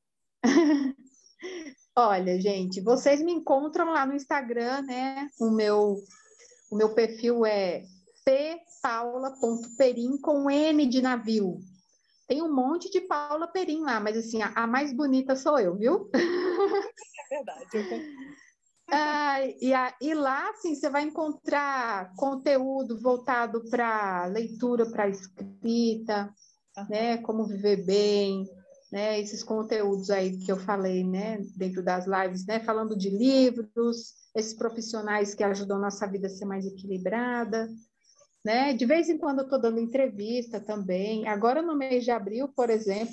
Olha, gente, vocês me encontram lá no Instagram, né? O meu perfil é ppaula.perim com N de navio. Tem um monte de Paula Perim lá, mas assim, a mais bonita sou eu, viu? É verdade, eu E lá, assim, você vai encontrar conteúdo voltado para leitura, para escrita, né? Como viver bem, né? Esses conteúdos aí que eu falei, né? Dentro das lives, né? Falando de livros, esses profissionais que ajudam a nossa vida a ser mais equilibrada, né? De vez em quando eu estou dando entrevista também. Agora, no mês de abril, por exemplo,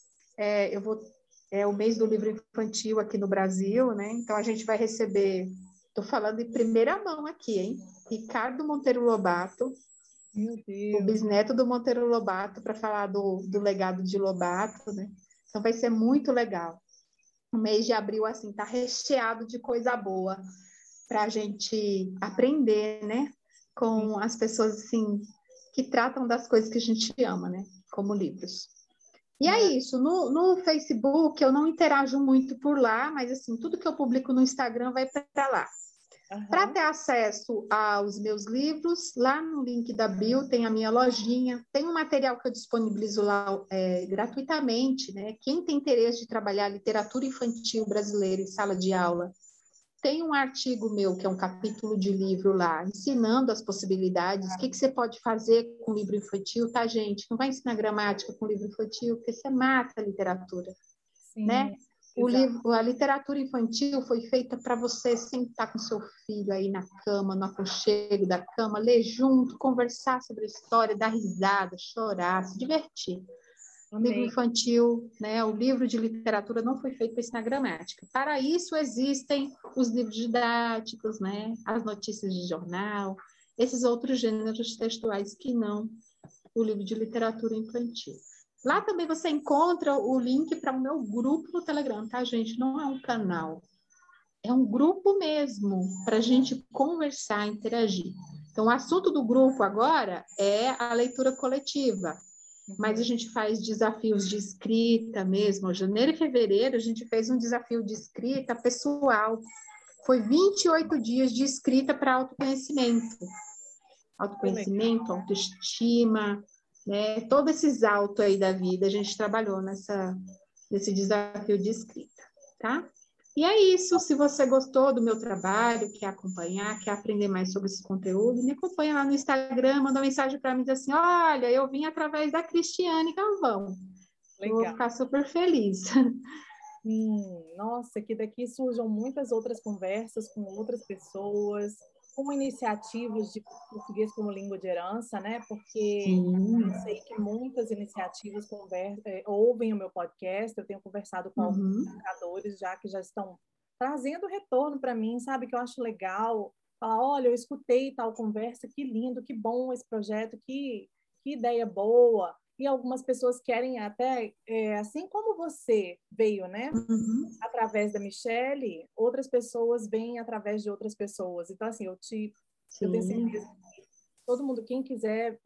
é o mês do livro infantil aqui no Brasil, né? Então a gente vai receber, estou falando em primeira mão aqui, hein? Ricardo Monteiro Lobato, Meu Deus. o bisneto do Monteiro Lobato, para falar do legado de Lobato, né? Então vai ser muito legal. O mês de abril, assim, tá recheado de coisa boa para a gente aprender, né? Com as pessoas, assim, que tratam das coisas que a gente ama, né? Como livros. E é isso, no Facebook eu não interajo muito por lá, mas assim, tudo que eu publico no Instagram vai para lá. Para ter acesso aos meus livros, lá no link da bio tem a minha lojinha, tem um material que eu disponibilizo lá gratuitamente, né? Quem tem interesse de trabalhar literatura infantil brasileira em sala de aula, tem um artigo meu, que é um capítulo de livro lá, ensinando as possibilidades, o que você pode fazer com livro infantil, tá, gente? Não vai ensinar gramática com livro infantil, porque você mata a literatura, Sim, né? A literatura infantil foi feita para você sentar com seu filho aí na cama, no aconchego da cama, ler junto, conversar sobre a história, dar risada, chorar, se divertir. Amei. Livro infantil, né? O livro de literatura não foi feito para ensinar gramática. Para isso existem os livros didáticos, né? As notícias de jornal, esses outros gêneros textuais que não o livro de literatura infantil. Lá também você encontra o link para o meu grupo no Telegram, tá, gente? Não é um canal, é um grupo mesmo para a gente conversar, interagir. Então, o assunto do grupo agora é a leitura coletiva. Mas a gente faz desafios de escrita mesmo. Em janeiro e fevereiro, a gente fez um desafio de escrita pessoal. Foi 28 dias de escrita para autoconhecimento. Autoconhecimento, autoestima, né? Todos esses altos aí da vida, a gente trabalhou nesse desafio de escrita, tá? E é isso, se você gostou do meu trabalho, quer acompanhar, quer aprender mais sobre esse conteúdo, me acompanha lá no Instagram, manda uma mensagem para mim, diz assim, olha, eu vim através da Cristiane Galvão. Eu vou ficar super feliz. Nossa, que daqui surjam muitas outras conversas com outras pessoas, com iniciativas de português como língua de herança, né? Porque eu sei que muitas iniciativas ouvem o meu podcast, eu tenho conversado com alguns educadores já que já estão trazendo retorno para mim, sabe? Que eu acho legal. Falar, olha, eu escutei tal conversa, que lindo, que bom esse projeto, que ideia boa. E algumas pessoas querem até, assim como você veio, né? Através da Michelle, outras pessoas vêm através de outras pessoas. Então, assim, eu tenho certeza que todo mundo, quem quiser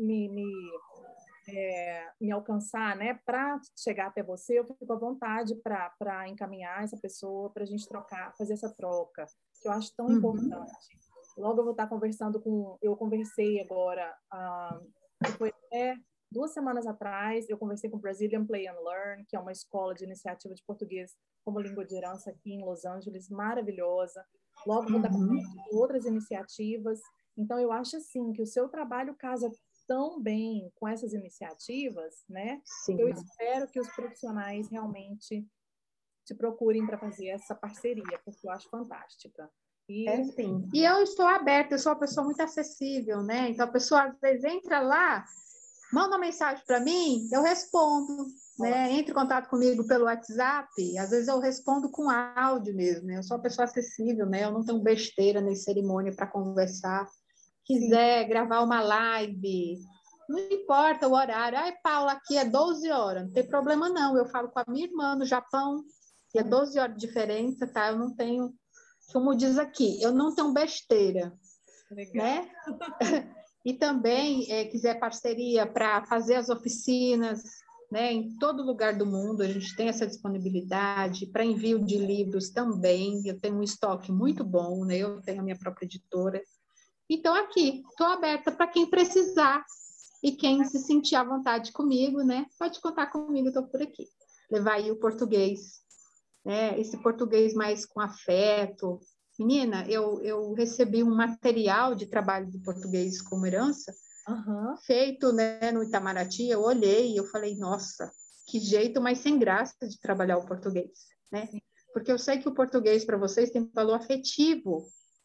me alcançar, né, para chegar até você, eu fico à vontade para encaminhar essa pessoa, para a gente trocar, fazer essa troca, que eu acho tão importante. Logo eu vou estar conversando eu conversei agora, foi 2 semanas atrás, eu conversei com o Brazilian Play and Learn, que é uma escola de iniciativa de português como língua de herança aqui em Los Angeles, maravilhosa. Logo vou estar com outras iniciativas. Então, eu acho, assim, que o seu trabalho casa tão bem com essas iniciativas, né? Sim. Eu espero que os profissionais realmente te procurem para fazer essa parceria, porque eu acho fantástica. Sim. E eu estou aberta, eu sou uma pessoa muito acessível, né? Então, a pessoa, às vezes, entra lá, manda uma mensagem para mim, eu respondo, né? Entre em contato comigo pelo WhatsApp, às vezes eu respondo com áudio mesmo, né? Eu sou uma pessoa acessível, né? Eu não tenho besteira nem cerimônia para conversar. Quiser gravar uma live, não importa o horário. Ai, Paula, aqui é 12 horas, não tem problema não. Eu falo com a minha irmã no Japão, que é 12 horas de diferença, tá? Eu não tenho, como diz aqui, eu não tenho besteira, né? E também, quiser parceria para fazer as oficinas, né, em todo lugar do mundo, a gente tem essa disponibilidade para envio de livros também. Eu tenho um estoque muito bom, né? Eu tenho a minha própria editora. Então, aqui, estou aberta para quem precisar e quem se sentir à vontade comigo, né? Pode contar comigo, estou por aqui. Levar aí o português, né? Esse português mais com afeto. Menina, eu recebi um material de trabalho de português como herança, feito, né, no Itamaraty. Eu olhei e eu falei, nossa, que jeito mais sem graça de trabalhar o português, né? Porque eu sei que o português para vocês tem valor afetivo,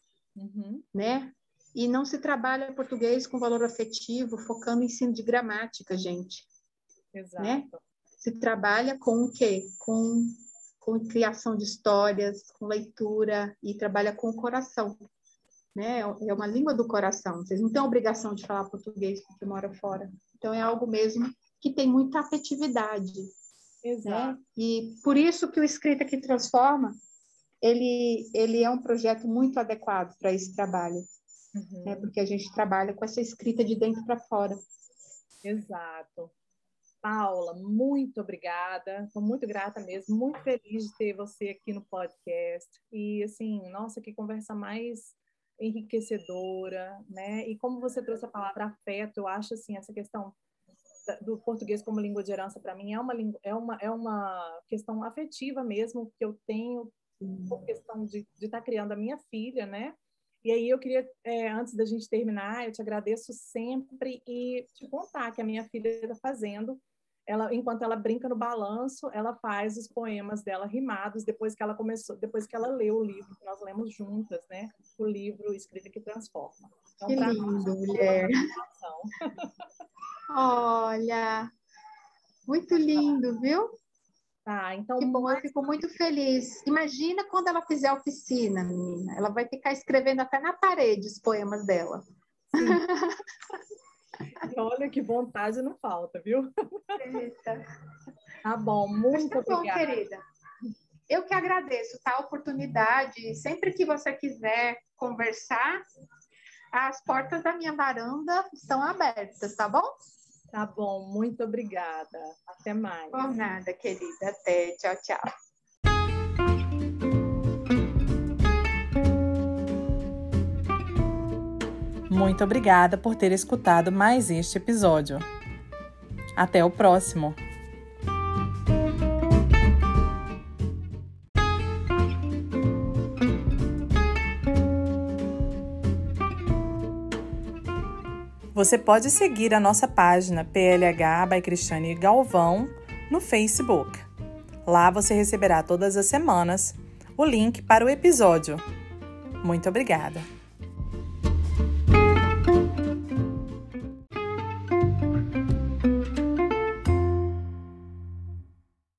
né? E não se trabalha português com valor afetivo, focando em ensino de gramática, gente. Exato. Né? Se trabalha com o quê? Com criação de histórias, com leitura, e trabalha com o coração, né? É uma língua do coração. Vocês não têm a obrigação de falar português porque mora fora. Então, é algo mesmo que tem muita afetividade. Exato. Né? E por isso que o Escrita que Transforma, ele é um projeto muito adequado para esse trabalho. Né? Porque a gente trabalha com essa escrita de dentro para fora. Exato. Paula, muito obrigada. Estou muito grata mesmo, muito feliz de ter você aqui no podcast. E, assim, nossa, que conversa mais enriquecedora, né? E como você trouxe a palavra afeto, eu acho, assim, essa questão do português como língua de herança, para mim, é uma questão afetiva mesmo, que eu tenho por questão de estar criando a minha filha, né? E aí eu queria, antes da gente terminar, eu te agradeço sempre e te contar que a minha filha está fazendo. Enquanto ela brinca no balanço, ela faz os poemas dela rimados depois que ela leu o livro que nós lemos juntas, né? O livro Escrita que Transforma. Então, que lindo, mulher. Olha, muito lindo, viu? Tá, então... Que bom, eu fico muito feliz. Imagina quando ela fizer a oficina, menina. Ela vai ficar escrevendo até na parede os poemas dela. Sim. E olha que vontade não falta, viu? Eita. Tá bom, muito obrigada. Bom, querida. Eu que agradeço, tá? A oportunidade. Sempre que você quiser conversar, as portas da minha varanda estão abertas, tá bom? Tá bom, muito obrigada. Até mais. Por nada, querida. Até. Tchau, tchau. Muito obrigada por ter escutado mais este episódio. Até o próximo! Você pode seguir a nossa página PLH by Cristiane Galvão no Facebook. Lá você receberá todas as semanas o link para o episódio. Muito obrigada!